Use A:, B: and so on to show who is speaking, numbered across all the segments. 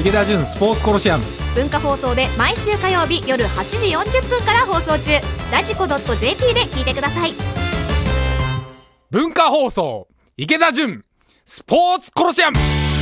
A: 池田純スポーツコロシアム。
B: 文化放送で毎週火曜日夜8時40分から放送中。ラジコ .jp で聞いてください。
A: 文化放送池田純スポーツコロシアム。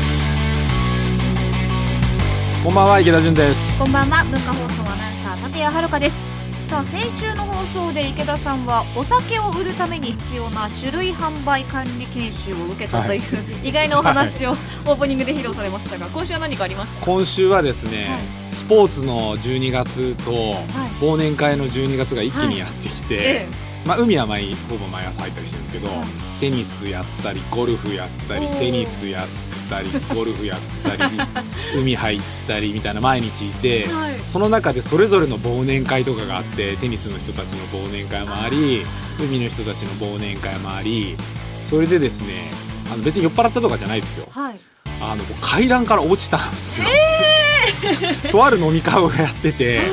A: こんばんは、池田純です。
B: こんばんは、文化放送アナウンサー立谷遥です。さあ、先週の放送で池田さんはお酒を売るために必要な種類販売管理研修を受けたという、意外なお話をオープニングで披露されましたが、今週は何かありましたか？
A: 今週はですね、スポーツの12月と忘年会の12月が一気にやってきて、海はほぼ毎朝入ったりしてるんですけど、テニスやったりゴルフやったりテニスやったりゴルフやったり海入ったりみたいな毎日いて、その中でそれぞれの忘年会とかがあって、テニスの人たちの忘年会もあり、海の人たちの忘年会もあり、それでですね、別に酔っ払ったとかじゃないですよ、階段から落ちたんですよ、とある飲み会をやってて、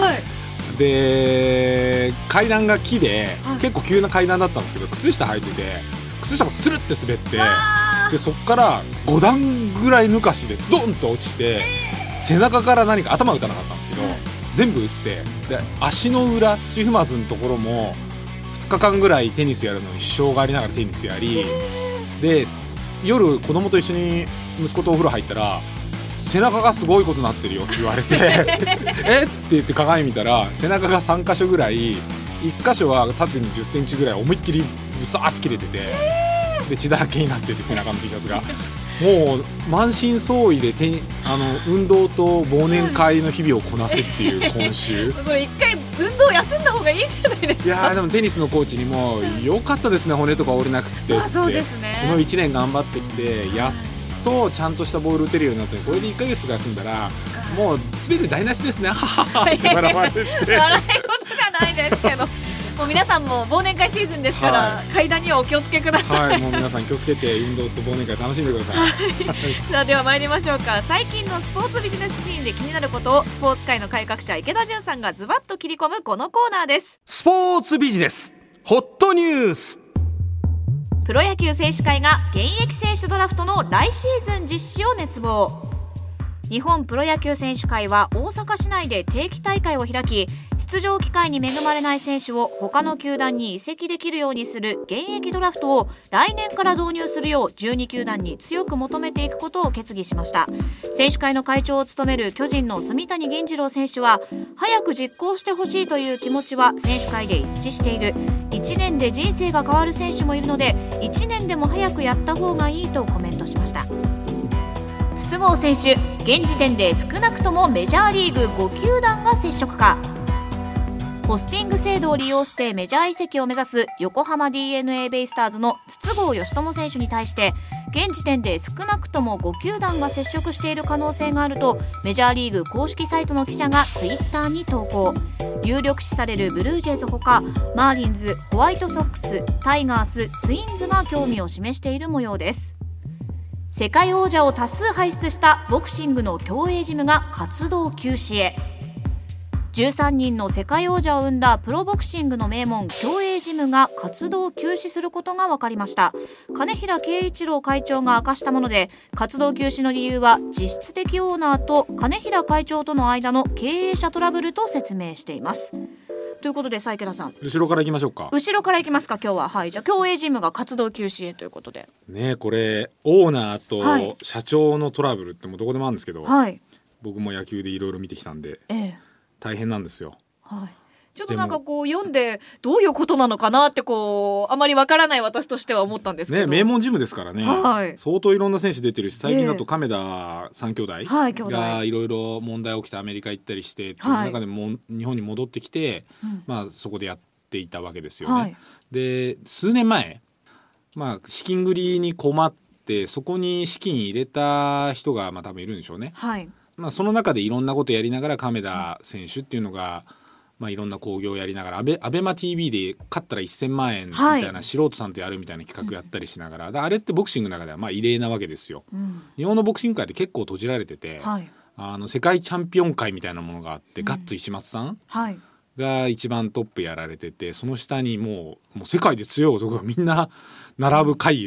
A: で階段が木で、結構急な階段だったんですけど、靴下履いてて靴下がスルッて滑って、でそっから5段ぐらい抜かしでドンと落ちて、背中から何か頭打たなかったんですけど、全部打って、で足の裏、土踏まずのところも2日間ぐらいテニスやるのに支障がありながらテニスやり、で夜子供と一緒に息子とお風呂入ったら、背中がすごいことになってるよって言われてえって言って鏡見たら、背中が3箇所ぐらい、1箇所は縦に10センチぐらい思いっきりブサーって切れてて、で血だらけになってて、背中の T シャツがもう満身創痍で運動と忘年会の日々をこなすっていう今週
B: それ一回運動休んだ方がいいんじゃないですか？
A: いやでもテニスのコーチにも良かったですね、骨とか折れなくてって、
B: そうですね、
A: この1年頑張ってきてやっとちゃんとしたボール打てるようになって、これで1ヶ月とか休んだらもう滑る台無しですね、はははって笑われて
B: 笑い事じゃないですけどもう皆さんも忘年会シーズンですから、階段にはお気をつけください。
A: もう皆さん気をつけて運動と忘年会楽しんでください。
B: さあ、では参りましょうか。最近のスポーツビジネスシーンで気になることをスポーツ界の改革者池田純さんがズバッと切り込むこのコーナーです。
C: スポーツビジネスホットニュース。
B: プロ野球選手会が現役選手ドラフトの来シーズン実施を熱望。日本プロ野球選手会は大阪市内で定期大会を開き、出場機会に恵まれない選手を他の球団に移籍できるようにする現役ドラフトを来年から導入するよう12球団に強く求めていくことを決議しました。選手会の会長を務める巨人の住谷銀次郎選手は、早く実行してほしいという気持ちは選手会で一致している。1年で人生が変わる選手もいるので、1年でも早くやった方がいいとコメントしました。筒香選手、現時点で少なくともメジャーリーグ5球団が接触か。ポスティング制度を利用してメジャー移籍を目指す横浜 DeNA ベイスターズの筒香嘉智選手に対して、現時点で少なくとも5球団が接触している可能性があるとメジャーリーグ公式サイトの記者がツイッターに投稿。有力視されるブルージェイズほか、マーリンズ、ホワイトソックス、タイガース、ツインズが興味を示している模様です。世界王者を多数輩出したボクシングの競泳ジムが活動休止へ。13人の世界王者を生んだプロボクシングの名門競泳ジムが活動休止することが分かりました。金平圭一郎会長が明かしたもので、活動休止の理由は実質的オーナーと金平会長との間の経営者トラブルと説明しています。ということで、池田さん、
A: 後ろから行きましょうか。
B: 後ろから行きますか、今日は。じゃあ競泳ジムが活動休止へということで
A: ね。これオーナーと社長のトラブルってもうどこでもあるんですけど、僕も野球でいろいろ見てきたんで、大変なんですよ。
B: ちょっとなんか読んでどういうことなのかなってあまりわからない私としては思ったんですけど、
A: 名門ジムですからね、相当いろんな選手出てるし、最近だと亀田3兄弟がいろいろ問題起きてアメリカ行ったりして、その中でも日本に戻ってきて、そこでやっていたわけですよね。で数年前、資金繰りに困ってそこに資金入れた人が多分いるんでしょうね。その中でいろんなことやりながら亀田選手っていうのが、いろんな興行をやりながらアベマ TV で勝ったら1000万円みたいな、素人さんとやるみたいな企画やったりしながら、あれってボクシングの中では異例なわけですよ。日本のボクシング界って結構閉じられてて、世界チャンピオン会みたいなものがあって、ガッツ石松さんが一番トップやられてて、その下にもう世界で強い男がみんな並ぶ会議があっ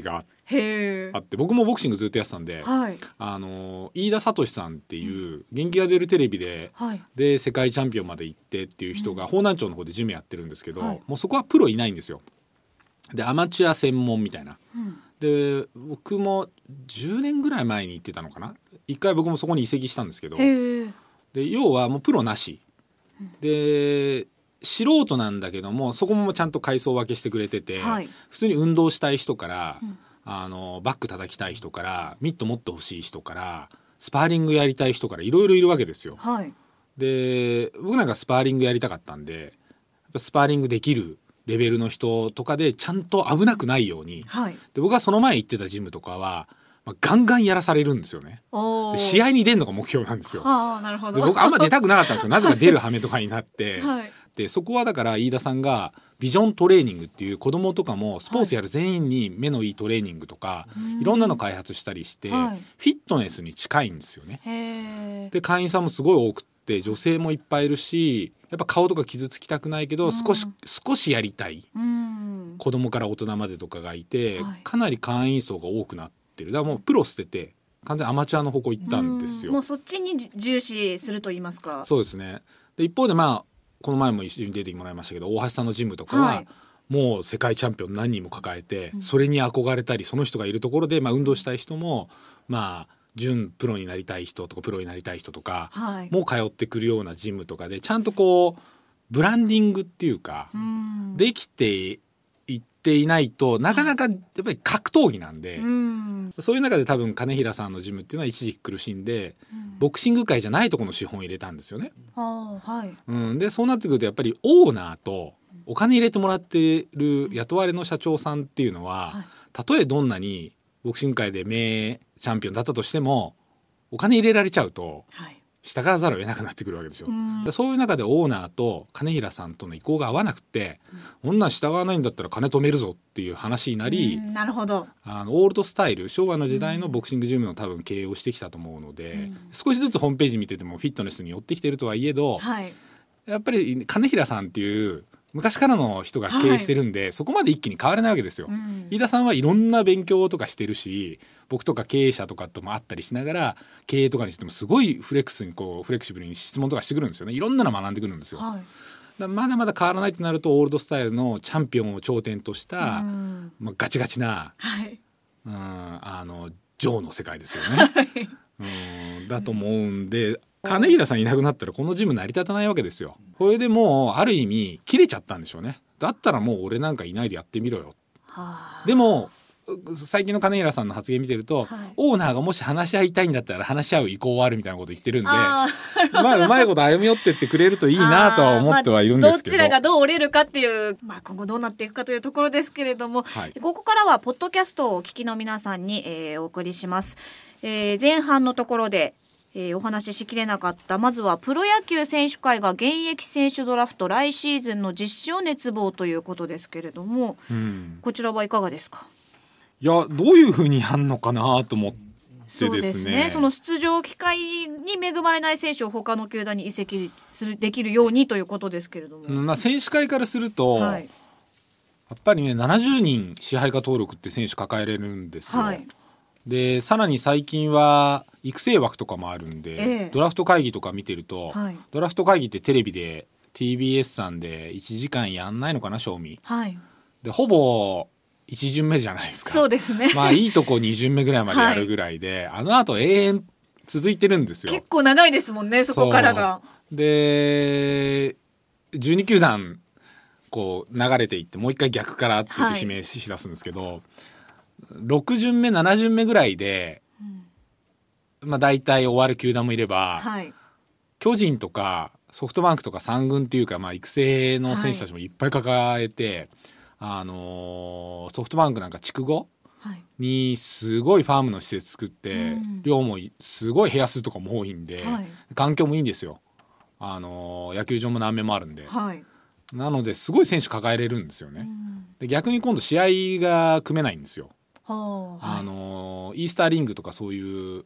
B: へ
A: あって、僕もボクシングずっとやってたんで、
B: はい
A: 飯田聡さんっていう元気が出るテレビで、
B: はい
A: で世界チャンピオンまで行ってっていう人が方南町の方でジムやってるんですけど、
B: はい
A: もうそこはプロいないんですよ。でアマチュア専門みたいな。で僕も10年ぐらい前に行ってたのかな。一回僕もそこに移籍したんですけど、
B: へえ
A: で要はもうプロなしで素人なんだけども、そこもちゃんと階層分けしてくれてて、
B: はい
A: 普通に運動したい人から、バック叩きたい人からミット持ってほしい人からスパーリングやりたい人からいろいろいるわけですよ。
B: はい
A: で僕なんかスパーリングやりたかったんで、やっぱスパーリングできるレベルの人とかでちゃんと危なくないように、
B: はい
A: で僕はその前行ってたジムとかは、ガンガンやらされるんですよね。
B: おー
A: で試合に出るのが目標なんですよ。
B: ああなるほど
A: で僕あんま出たくなかったんですよ。なぜか出る羽目とかになって、
B: はい
A: でそこはだから飯田さんがビジョントレーニングっていう子供とかもスポーツやる全員に目のいいトレーニングとか、いろんなの開発したりして、
B: はい
A: フィットネスに近いんですよね。
B: へえ
A: で会員さんもすごい多くって女性もいっぱいいるし、やっぱ顔とか傷つきたくないけど少しやりたい
B: うん
A: 子供から大人までとかがいて、
B: はい
A: かなり会員層が多くなってる。だからもうプロ捨てて完全にアマチュアの方向行ったんですよ。
B: もうそっちに重視すると言いますか。
A: そうですね。で一方でこの前も一緒に出てもらいましたけど、大橋さんのジムとかは、
B: はい
A: もう世界チャンピオン何人も抱えて、それに憧れたりその人がいるところで、運動したい人も準プロになりたい人とかプロになりたい人とか
B: はい
A: もう通ってくるようなジムとかでちゃんとこうブランディングっていうか、
B: うん
A: できていっていないとなかなかやっぱり格闘技なんで、
B: うん
A: そういう中で多分金平さんのジムっていうのは一時期苦しんで、ボクシング界じゃないところの資本を入れたんですよね。
B: ああはい
A: でそうなってくるとやっぱりオーナーとお金入れてもらってる雇われの社長さんっていうのは、
B: はい
A: たとえどんなにボクシング界で名チャンピオンだったとしてもお金入れられちゃうと
B: はい
A: 従わざるを得なくなってくるわけですよ。
B: うん
A: でそういう中でオーナーと金平さんとの意向が合わなくて、こんなん従わないんだったら金止めるぞっていう話になり、
B: うんなるほど
A: オールドスタイル昭和の時代のボクシングジムの多分経営をしてきたと思うので、少しずつホームページ見ててもフィットネスに寄ってきてるとはいえど、
B: はい
A: やっぱり金平さんっていう昔からの人が経営してるんで、そこまで一気に変われないわけですよ。
B: うん
A: 飯田さんはいろんな勉強とかしてるし、僕とか経営者とかとも会ったりしながら経営とかにしてもすごいフレキシブルに質問とかしてくるんですよね。いろんなの学んでくるんですよ。
B: はい
A: だからまだまだ変わらないってなるとオールドスタイルのチャンピオンを頂点とした、
B: うん
A: ガチガチな、
B: はい
A: ジョーの世界ですよね。だと思うんで、金平さんいなくなったらこのジム成り立たないわけですよ。これでもうある意味切れちゃったんでしょうね。だったらもう俺なんかいないでやってみろよ。
B: はあ
A: でも最近の金平さんの発言見てると、
B: はい
A: オーナーがもし話し合いたいんだったら話し合う意向はあるみたいなこと言ってるんで、
B: あ
A: うまいこと歩み寄ってってくれるといいなとは思ってはいるんですけど、
B: どちらがどう折れるかっていう、今後どうなっていくかというところですけれども、
A: はい
B: ここからはポッドキャストをお聞きの皆さんに、お送りします。前半のところで、お話ししきれなかったまずはプロ野球選手会が現役選手ドラフト来シーズンの実施を熱望ということですけれども、こちらはいかがですか？
A: いやどういう風にやんのかなと思って
B: そう
A: で
B: ですす
A: ね。
B: ね。その出場機会に恵まれない選手を他の球団に移籍できるようにということですけれども、
A: 選手会からすると、
B: はい
A: やっぱりね70人支配下登録って選手抱えれるんですよ。
B: はい
A: でさらに最近は育成枠とかもあるんで、
B: ええ
A: ドラフト会議とか見てると、
B: はい
A: ドラフト会議ってテレビで TBS さんで1時間やんないのかな賞味
B: はい、
A: でほぼ1巡目じゃないですか。
B: そうですね。
A: いいとこ2巡目ぐらいまでやるぐらいで、あの後永遠続いてるんですよ。
B: 結構長いですもんね、そこからが。
A: で12球団こう流れていってもう一回逆からって言って指名しだすんですけど、6巡目7巡目ぐらいで、大体終わる球団もいれば、
B: はい、
A: 巨人とかソフトバンクとか3軍っていうか、育成の選手たちもいっぱい抱えて、ソフトバンクなんか築後
B: はい、
A: にすごいファームの施設作って、量もすごい部屋数とかも多いんで、
B: はい
A: 環境もいいんですよ。野球場も何面もあるんで、
B: はい、
A: なのですごい選手抱えれるんですよね。で逆に今度試合が組めないんですよ。
B: はあ、
A: イースターリングとかそういう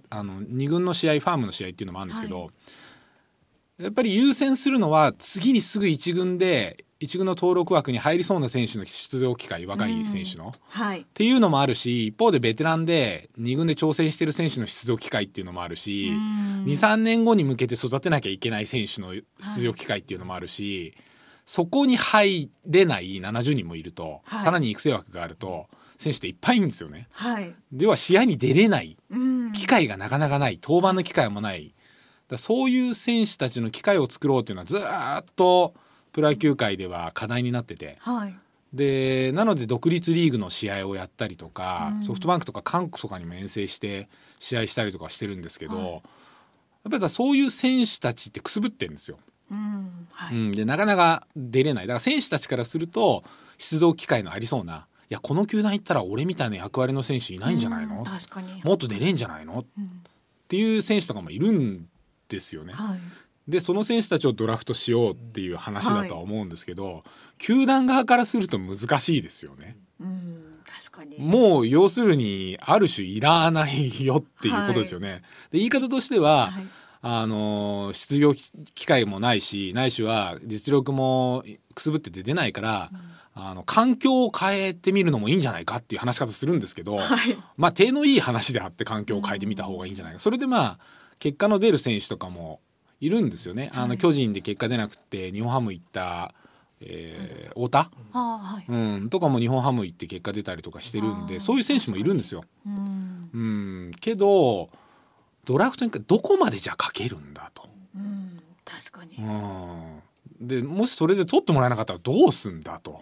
A: 2軍の試合ファームの試合っていうのもあるんですけど、やっぱり優先するのは次にすぐ1軍で一軍の登録枠に入りそうな選手の出場機会、若い選手の、
B: はい、
A: っていうのもあるし、一方でベテランで2軍で挑戦してる選手の出場機会っていうのもあるし、2、3年後に向けて育てなきゃいけない選手の出場機会っていうのもあるし、そこに入れない70人もいると、さらに育成枠があると選手っていっぱいいるんですよね。では試合に出れない機会がなかなかない、登板の機会もない、そういう選手たちの機会を作ろうというのはずっとプロ野球界では課題になってて、でなので独立リーグの試合をやったりとか、ソフトバンクとか韓国とかにも遠征して試合したりとかしてるんですけど、やっぱりそういう選手たちってくすぶってるんですよ。でなかなか出れない。だから選手たちからすると出場機会のありそうな、いやこの球団行ったら俺みたいな役割の選手いないんじゃないの、
B: 確かに
A: もっと出れんじゃないの、っていう選手とかもいるんですよね。でその選手たちをドラフトしようっていう話だとは思うんですけど、球団側からすると難しいですよね。
B: 確かに
A: もう要するにある種いらないよっていうことですよね。で言い方としては、出場機会もないし、ないしは実力もくすぶってて出ないから、環境を変えてみるのもいいんじゃないかっていう話し方するんですけど、まあ手のいい話であって環境を変えてみた方がいいんじゃないか。それでまあ結果の出る選手とかもいるんですよね。巨人で結果出なくて日本ハム行った、太田、とかも日本ハム行って結果出たりとかしてるんで、そういう選手もいるんですよ。けどドラフトにどこまでじゃかけるんだと。
B: 確かに。
A: でもしそれで取ってもらえなかったらどうすんだと。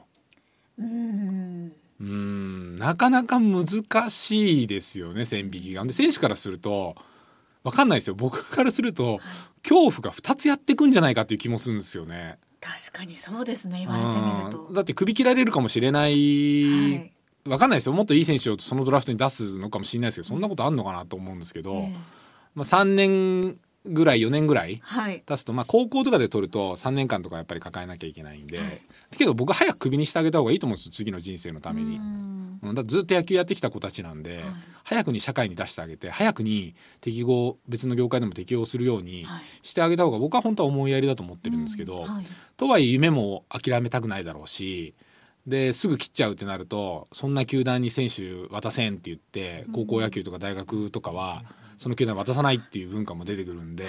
A: なかなか難しいですよね、線引きが。で選手からすると分かんないですよ。僕からすると恐怖が2つやってくんじゃないかっていう気もするんですよね。
B: 確かにそうですね、言われてみると。
A: だって首切られるかもしれない、分かんないですよ。もっといい選手をそのドラフトに出すのかもしれないですけど、そんなことあんのかなと思うんですけど、3年ぐらい4年ぐらい経つと、高校とかで取ると3年間とかやっぱり抱えなきゃいけないんで、だけど僕は早くクビにしてあげた方がいいと思うんですよ、次の人生のために。だからずっと野球やってきた子たちなんで、早くに社会に出してあげて、早くに適合、別の業界でも適応するようにしてあげた方が僕は本当は思いやりだと思ってるんですけど、とはいえ夢も諦めたくないだろうし、ですぐ切っちゃうってなると、そんな球団に選手渡せんって言って高校野球とか大学とかはその球団渡さないっていう文化も出てくるんで、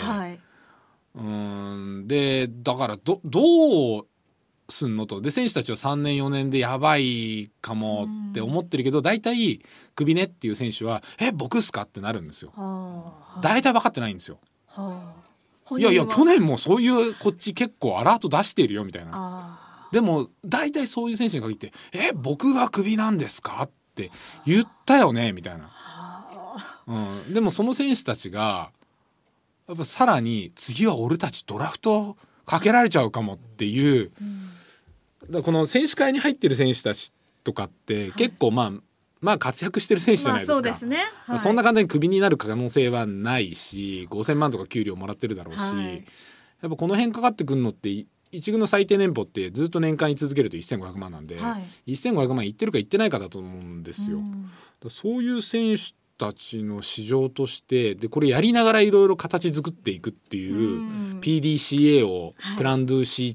A: でだからどうすんのと。で選手たちは3年4年でやばいかもって思ってるけど、大体クビねっていう選手は僕っすかってなるんですよ。大体分かってないんですよ。いや去年もそういうこっち結構アラート出してるよみたいな。でも大体そういう選手に限って僕がクビなんですかって言ったよねみたいな。でもその選手たちがやっぱさらに次は俺たちドラフトかけられちゃうかもっていう、だこの選手会に入ってる選手たちとかって結構まあ活躍してる選手じゃないですか。
B: そうですね、
A: そんな簡単にクビになる可能性はないし、5000万とか給料もらってるだろうし、やっぱこの辺かかってくるのって一軍の最低年俸ってずっと年間に続けると1500万なんで、1500万いってるかいってないかだと思うんですよ。だそういう選手たちの市場としてで、これやりながらいろいろ形作っていくっていう PDCA をプランドゥーシ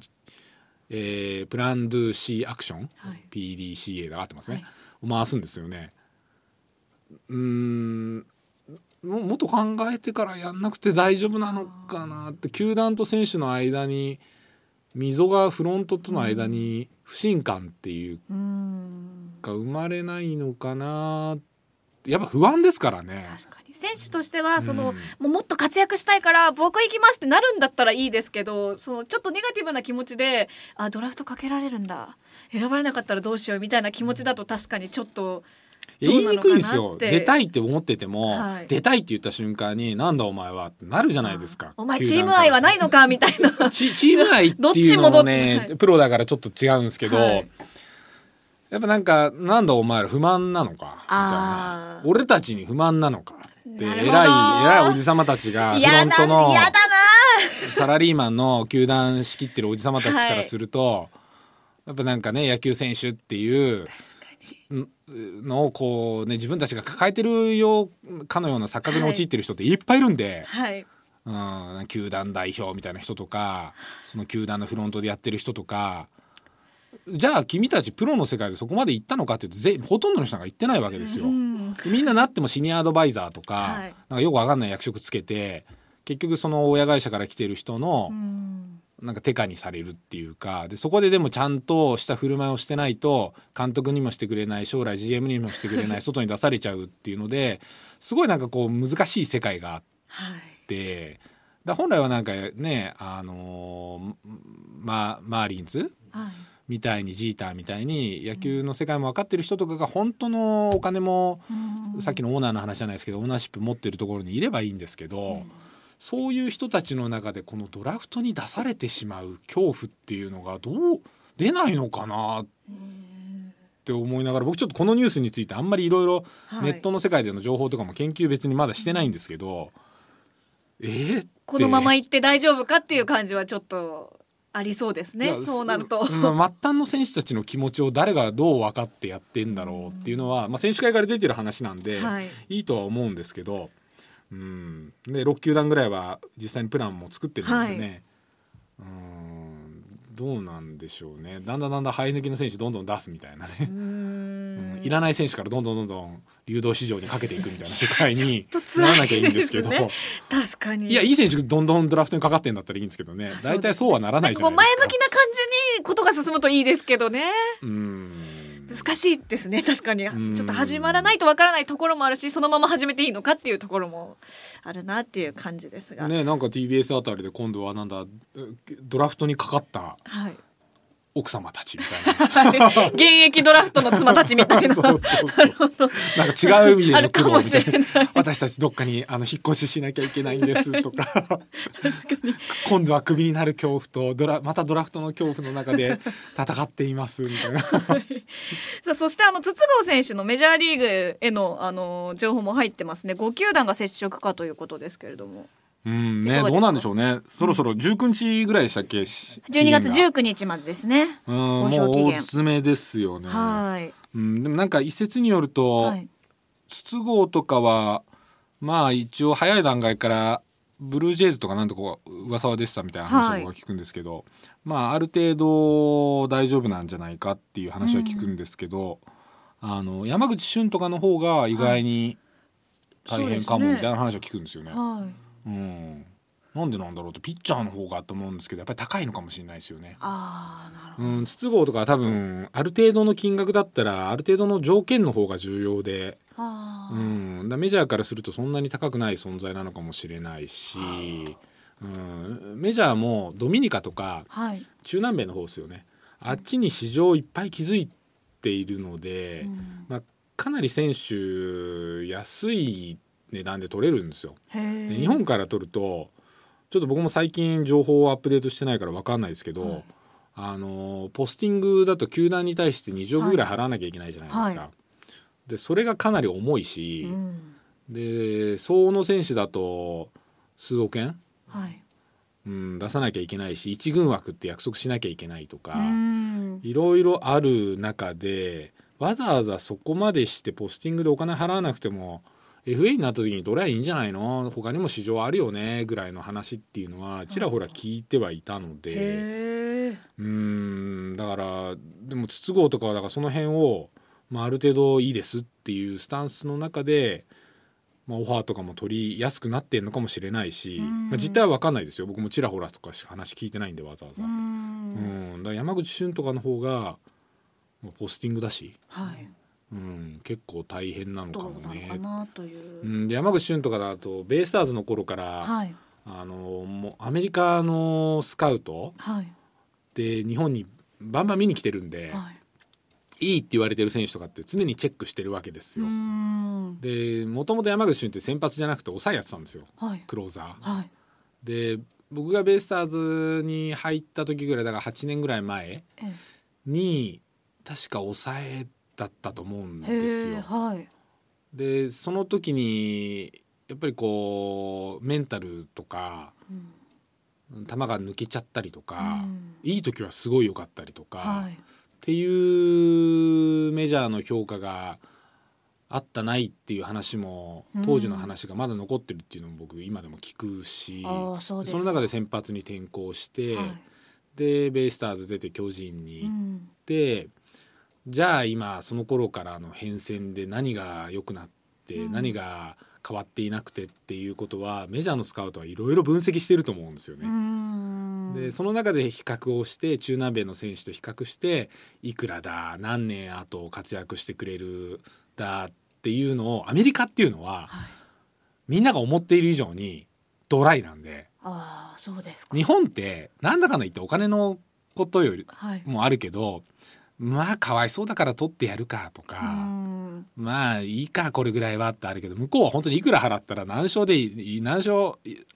A: ーアクション、PDCA で合ってますね、を回すんですよね。もっと考えてからやんなくて大丈夫なのかなって。球団と選手の間に溝が、フロントとの間に不信感っていうか生まれないのかなって。やっぱ不安ですからね。
B: 確かに選手としてはもっと活躍したいから僕行きますってなるんだったらいいですけど、ちょっとネガティブな気持ちでドラフトかけられるんだ、選ばれなかったらどうしようみたいな気持ちだと確かにちょっとどうなのかなって。言いにくいですよ。出たいって思ってても、出たいって言った瞬間になんだお前はってなるじゃないですか。 お前チーム愛はないのかみたいな
A: チーム愛っていうのもねプロだからちょっと違うんですけど、やっぱなんだお前ら不満なのかみたいな、俺たちに不満なのかって偉いおじさまたちがフロントのサラリーマンの球団仕切ってるおじさまたちからすると、やっぱなんかね野球選手っていうのをこうね自分たちが抱えてるかのような錯覚に陥ってる人っていっぱいいるんで、球団代表みたいな人とか、その球団のフロントでやってる人とかじゃあ君たちプロの世界でそこまで行ったのかっていうとほとんどの人が行ってないわけですよ、みんななってもシニアアドバイザーとか、
B: はい、
A: なんかよくわかんない役職つけて結局その親会社から来てる人のなんか手下にされるっていうかでそこででもちゃんとした振る舞いをしてないと監督にもしてくれない将来 GM にもしてくれない外に出されちゃうっていうのですごいなんかこう難しい世界があって、はい、だ本来はなんかねマーリンズ、はい、みたいにジーターみたいに野球の世界も分かってる人とかが本当のお金もさっきのオーナーの話じゃないですけどオーナーシップ持ってるところにいればいいんですけど、そういう人たちの中でこのドラフトに出されてしまう恐怖っていうのがどう出ないのかなって思いながら僕ちょっとこのニュースについてあんまりいろいろネットの世界での情報とかも研究別にまだしてないんですけど、
B: このまま行って大丈夫かっていう感じはちょっとありそうですね。そうなると、
A: 末端の選手たちの気持ちを誰がどう分かってやってんだろうっていうのは、選手会から出てる話なんで、はい、いいとは思うんですけど、で6球団ぐらいは実際にプランも作ってるんですよね、はい、どうなんでしょうね。だんだん生え抜きの選手どんどん出すみたいなね、いらない選手からどんどん流動市場にかけていくみたいな世界にならなきゃいいんですけど
B: 確かに
A: いやいい選手どんどんドラフトにかかってんだったらいいんですけどね、大体そうはならないじゃないですか。
B: 前向きな感じにことが進むといいですけどね。難しいですね。確かにちょっと始まらないとわからないところもあるし、そのまま始めていいのかっていうところもあるなっていう感じですが
A: ね。なんか TBS あたりで今度はなんだドラフトにかかった、はい、奥様たちみたいな
B: 現役ドラフトの妻たちみたいな
A: そうなるほど。なんか違う意味での苦労みたいな私たちどっかに引っ越ししなきゃいけないんですとか確かに今度はクビになる恐怖とまたドラフトの恐怖の中で戦っていますみたいなさ
B: あそして筒香選手のメジャーリーグへの、情報も入ってますね。5球団が接触かということですけれども
A: どうなんでしょうね。そろそろ19日ぐらいでしたっけ、
B: 12月19日までですね。
A: もう大詰めですよね。はい、でもなんか一説によると、はい、筒香とかは一応早い段階からブルージェイズとかなんとか噂は出てたみたいな話を聞くんですけど、ある程度大丈夫なんじゃないかっていう話は聞くんですけど、山口俊とかの方が意外に大変かもみたいな話は聞くんですよね。なんでなんだろうとピッチャーの方がと思うんですけどやっぱり高いのかもしれないですよね。
B: なるほど。
A: 筒香とかは多分ある程度の金額だったらある程度の条件の方が重要で、だメジャーからするとそんなに高くない存在なのかもしれないし、メジャーもドミニカとか、中南米の方ですよね。あっちに市場いっぱい築いているので、かなり選手安い値段で取れるんですよ。で日本から取るとちょっと僕も最近情報をアップデートしてないから分かんないですけど、ポスティングだと球団に対して20億ぐらい払わなきゃいけないじゃないですか。でそれがかなり重いし、で相応の選手だと数億円、出さなきゃいけないし1軍枠って約束しなきゃいけないとかいろいろある中でわざわざそこまでしてポスティングでお金払わなくてもFA になった時に取ればいいんじゃないの、他にも市場あるよねぐらいの話っていうのはちらほら聞いてはいたので、だからでも筒香とかはだからその辺を、ある程度いいですっていうスタンスの中で、オファーとかも取りやすくなってんのかもしれないし、実態は分かんないですよ。僕もちらほらとかしか話聞いてないんでわざわざ。だから山口俊とかの方がポスティングだし、結構大変なのかもね。
B: どうなのかなという、
A: で山口俊とかだとベイスターズの頃から、もうアメリカのスカウト、で日本にバンバン見に来てるんで、いいって言われてる選手とかって常にチェックしてるわけですよ。でもともと山口俊って先発じゃなくて抑えやってたんですよ、クローザー、で僕がベイスターズに入った時ぐらいだから8年ぐらい前に確か抑えだったと思うんですよ。でその時にやっぱりこうメンタルとか、球が抜けちゃったりとか、いい時はすごい良かったりとか、っていうメジャーの評価があったないっていう話も当時の話がまだ残ってるっていうのも僕今でも聞くし、その中で先発に転向して、でベイスターズ出て巨人に行っ 、じゃあ今その頃からの変遷で何が良くなって、何が変わっていなくてっていうことはメジャーのスカウトはいろいろ分析してると思うんですよね。でその中で比較をして中南米の選手と比較していくらだ何年後活躍してくれるだっていうのをアメリカっていうのは、みんなが思っている以上にドライなんで。
B: あ、そうですか。
A: 日本ってなんだかんだ言ってお金のことよりもあるけど、まあかわいそうだから取ってやるかとか、まあいいかこれぐらいはってあるけど、向こうは本当にいくら払ったら何勝で何勝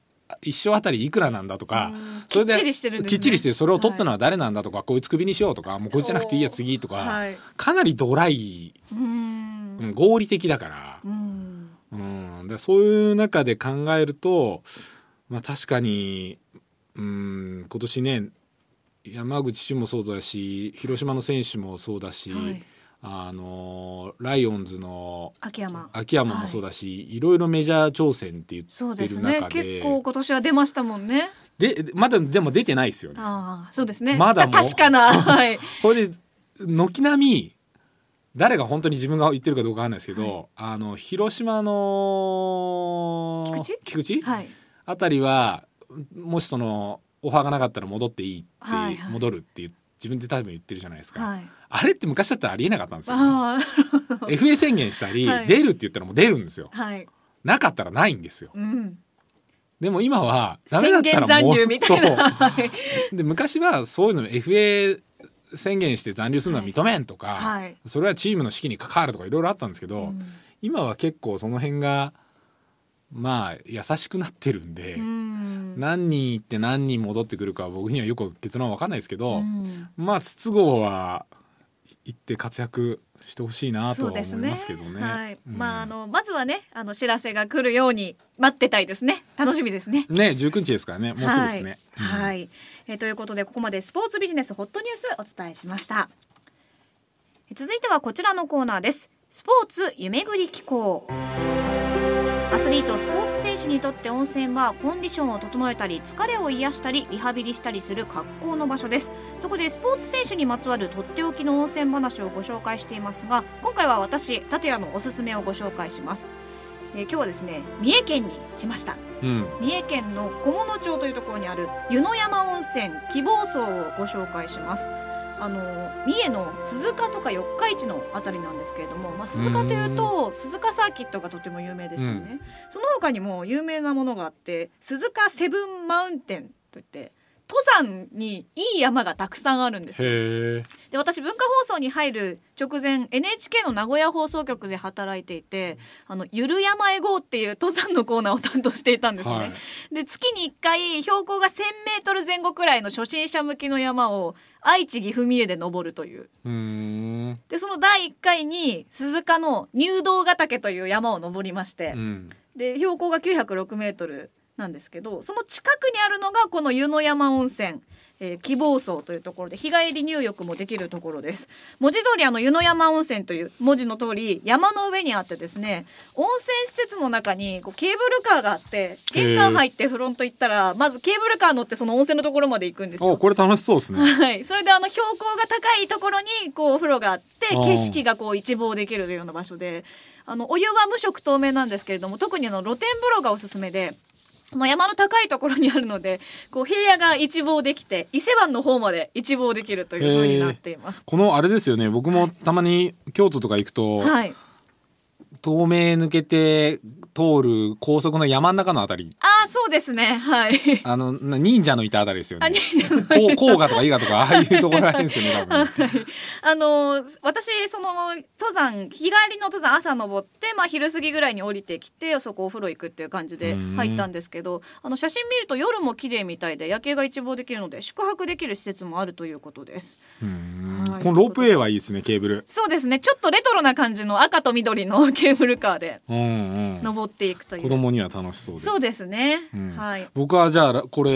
A: 1勝あたりいくらなんだとか、それで
B: きっちりしてるんですね。
A: きっちりしてそれを取ったのは誰なんだとか、こいつクビにしようとか、もうこいつじゃなくていいや次とか、かなりドライ、合理的だから、でそういう中で考えると、まあ、確かに今年ね山口俊もそうだし広島の選手もそうだし、ライオンズの秋山もそうだし、いろいろメジャー挑戦って言ってる中で、
B: そうですね、結構今年は出ましたもんね。
A: でまだでも出てないですよね。
B: そうですね、
A: まだも
B: 確かな
A: これで軒並み誰が本当に自分が言ってるかどうかわかんないですけど、広島の菊池、あたりはもしそのオファーがなかったら戻っていいって、戻るって自分で多分言ってるじゃないですか、あれって昔だったらありえなかったんですよ、FA 宣言したり、出るって言ったらもう出るんですよ、なかったらないんですよ、でも今はダメだったらもう
B: 宣言残留みたいな
A: で昔はそういうの FA 宣言して残留するのは認めんとか、それはチームの士気に関わるとかいろいろあったんですけど、今は結構その辺がまあ優しくなってるんで、何人行って何人戻ってくるかは僕にはよく結論は分かんないですけど、まあ筒香は行って活躍してほしいなとは思いますけどね。
B: まずはね知らせが来るように待ってたいですね。楽しみですね。
A: 19日ですからね、もうすぐですね。
B: ということでここまでスポーツビジネスホットニュースお伝えしました。続いてはこちらのコーナーです。スポーツ夢ぐり機構。アスリートスポーツ選手にとって温泉はコンディションを整えたり疲れを癒したりリハビリしたりする格好の場所です。そこでスポーツ選手にまつわるとっておきの温泉話をご紹介していますが、今回は私立谷のおすすめをご紹介します。今日はですね三重県にしました、三重県の菰野町というところにある湯の山温泉希望荘をご紹介します。三重の鈴鹿とか四日市のあたりなんですけれども、鈴鹿というと鈴鹿サーキットがとても有名ですよね、その他にも有名なものがあって、鈴鹿セブンマウンテンといって登山にいい山がたくさんあるんですよ。で私文化放送に入る直前 NHK の名古屋放送局で働いていて、ゆる山へ GO っていう登山のコーナーを担当していたんですね、で月に1回標高が 1000m 前後くらいの初心者向きの山を愛知岐阜三重で登るという、でその第1回に鈴鹿の入道ヶ岳という山を登りまして、で標高が906メートルなんですけど、その近くにあるのがこの湯の山温泉、希望荘というところで日帰り入浴もできるところです。文字通り湯の山温泉という文字の通り山の上にあってですね、温泉施設の中にケーブルカーがあって、玄関入ってフロント行ったらまずケーブルカー乗ってその温泉のところまで行くんですよ。
A: これ楽しそうですね。
B: それで標高が高いところにお風呂があって景色が一望できるというような場所で、お湯は無色透明なんですけれども、特に露天風呂がおすすめで、山の高いところにあるので平野が一望できて伊勢湾の方まで一望できるという風になっています。
A: このあれですよね、僕もたまに京都とか行くと、東名抜けて通る高速の山の中のあたり、
B: そうですね、
A: 忍者のいたあたりですよね。甲賀とか伊賀とかああいうところらへんですよね多分。
B: 私その登山日帰りの登山朝登って、昼過ぎぐらいに降りてきてそこお風呂行くっていう感じで入ったんですけど、写真見ると夜も綺麗みたいで夜景が一望できるので宿泊できる施設もあるということです。こ
A: のロープウェイはいいですね、ケーブル。
B: そうですね、ちょっとレトロな感じの赤と緑のケーブルカーで登っていくという、
A: 子供には楽しそうで。
B: そうですね、
A: 僕はじゃあこれ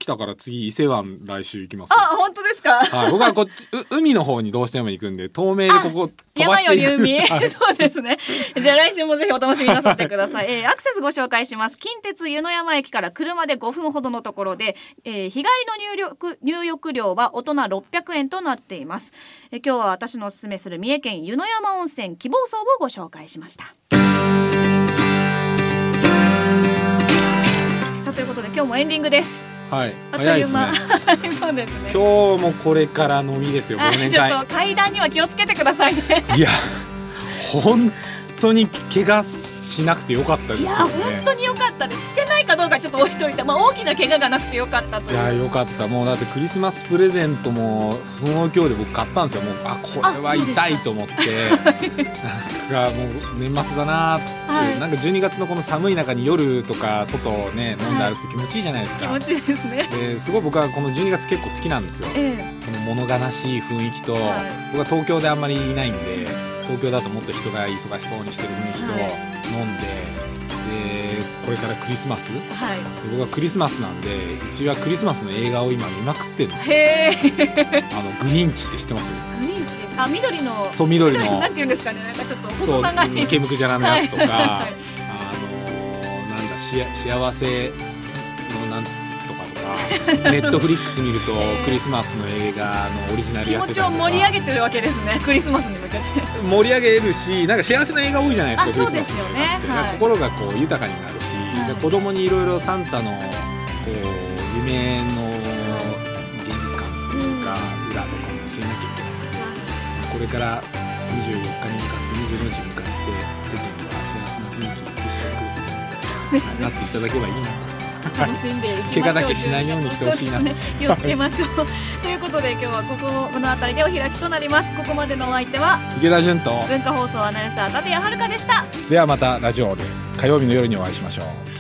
A: 来たから次伊勢湾来週行きます。
B: あ、本当ですか。
A: はい、僕はこっち海の方にどうしても行くんで、東名でここ飛ばしていく。
B: 山より海
A: はい
B: そうですね。じゃあ来週もぜひお楽しみなさってください。アクセスご紹介します。近鉄湯の山駅から車で5分ほどのところで、日帰りの入浴料は大人600円となっています。今日は私のおすすめする三重県湯の山温泉希望荘をご紹介しました。さあということで今日もエンディングです。
A: はい、
B: あっという間。
A: 早いですね。
B: そうですね。
A: 今日もこれから飲みですよ、忘年会。
B: ちょっと階段には気をつけてくださいね。
A: いや本当に怪我しなくてよかったですよね。
B: いや本当に良かったです。してないかどうかちょっと置いといて、大きな怪我がなくてよかったという。
A: いやよかった。もうだってクリスマスプレゼントもその今日で僕買ったんですよ。もうこれは痛いと思ってなんかもう年末だなって、
B: はい、
A: なんか12月のこの寒い中に夜とか外をね飲んで歩くと気持ちいいじゃないですか。
B: 気持ちいいですね。
A: すごい僕はこの12月結構好きなんですよ。この物悲しい雰囲気と、僕は東京であんまりいないんで、東京だともっと人が忙しそうにしてる雰囲気と飲んで、でこれからクリスマス、で僕はクリスマスなんで、うちはクリスマスの映画を今見まくってるんですよ。グリンチって知ってます？
B: グリンチ、緑の、
A: そう緑の
B: なんていうんですかね、なんかちょっと細長い
A: ムケムクじゃらのやつとか、なんだ幸せのなんとかとかネットフリックス見るとクリスマスの映画のオリジナルやってたりとか、
B: 気持ちを盛り上げてるわけですね。クリスマスに向けて
A: 盛り上げるし、なんか幸せな映画多いじゃないですか。
B: そうですよね。
A: 心がこう豊かになるし、子供にいろいろサンタのこう夢の現実感というか、裏とかも教えなきゃいけない。これから24日に向かって25日に向かって世間は幸せな雰囲気一色なっていただけばいいなと。
B: 楽しんでいきましょう。
A: 怪我だけしないようにしてほしいな、
B: 気をつけましょうということで今日はこの辺りでお開きとなります。ここまでのお相手は
A: 池田純と
B: 文化放送アナウンサー立谷遥でした。
A: ではまたラジオで火曜日の夜にお会いしましょう。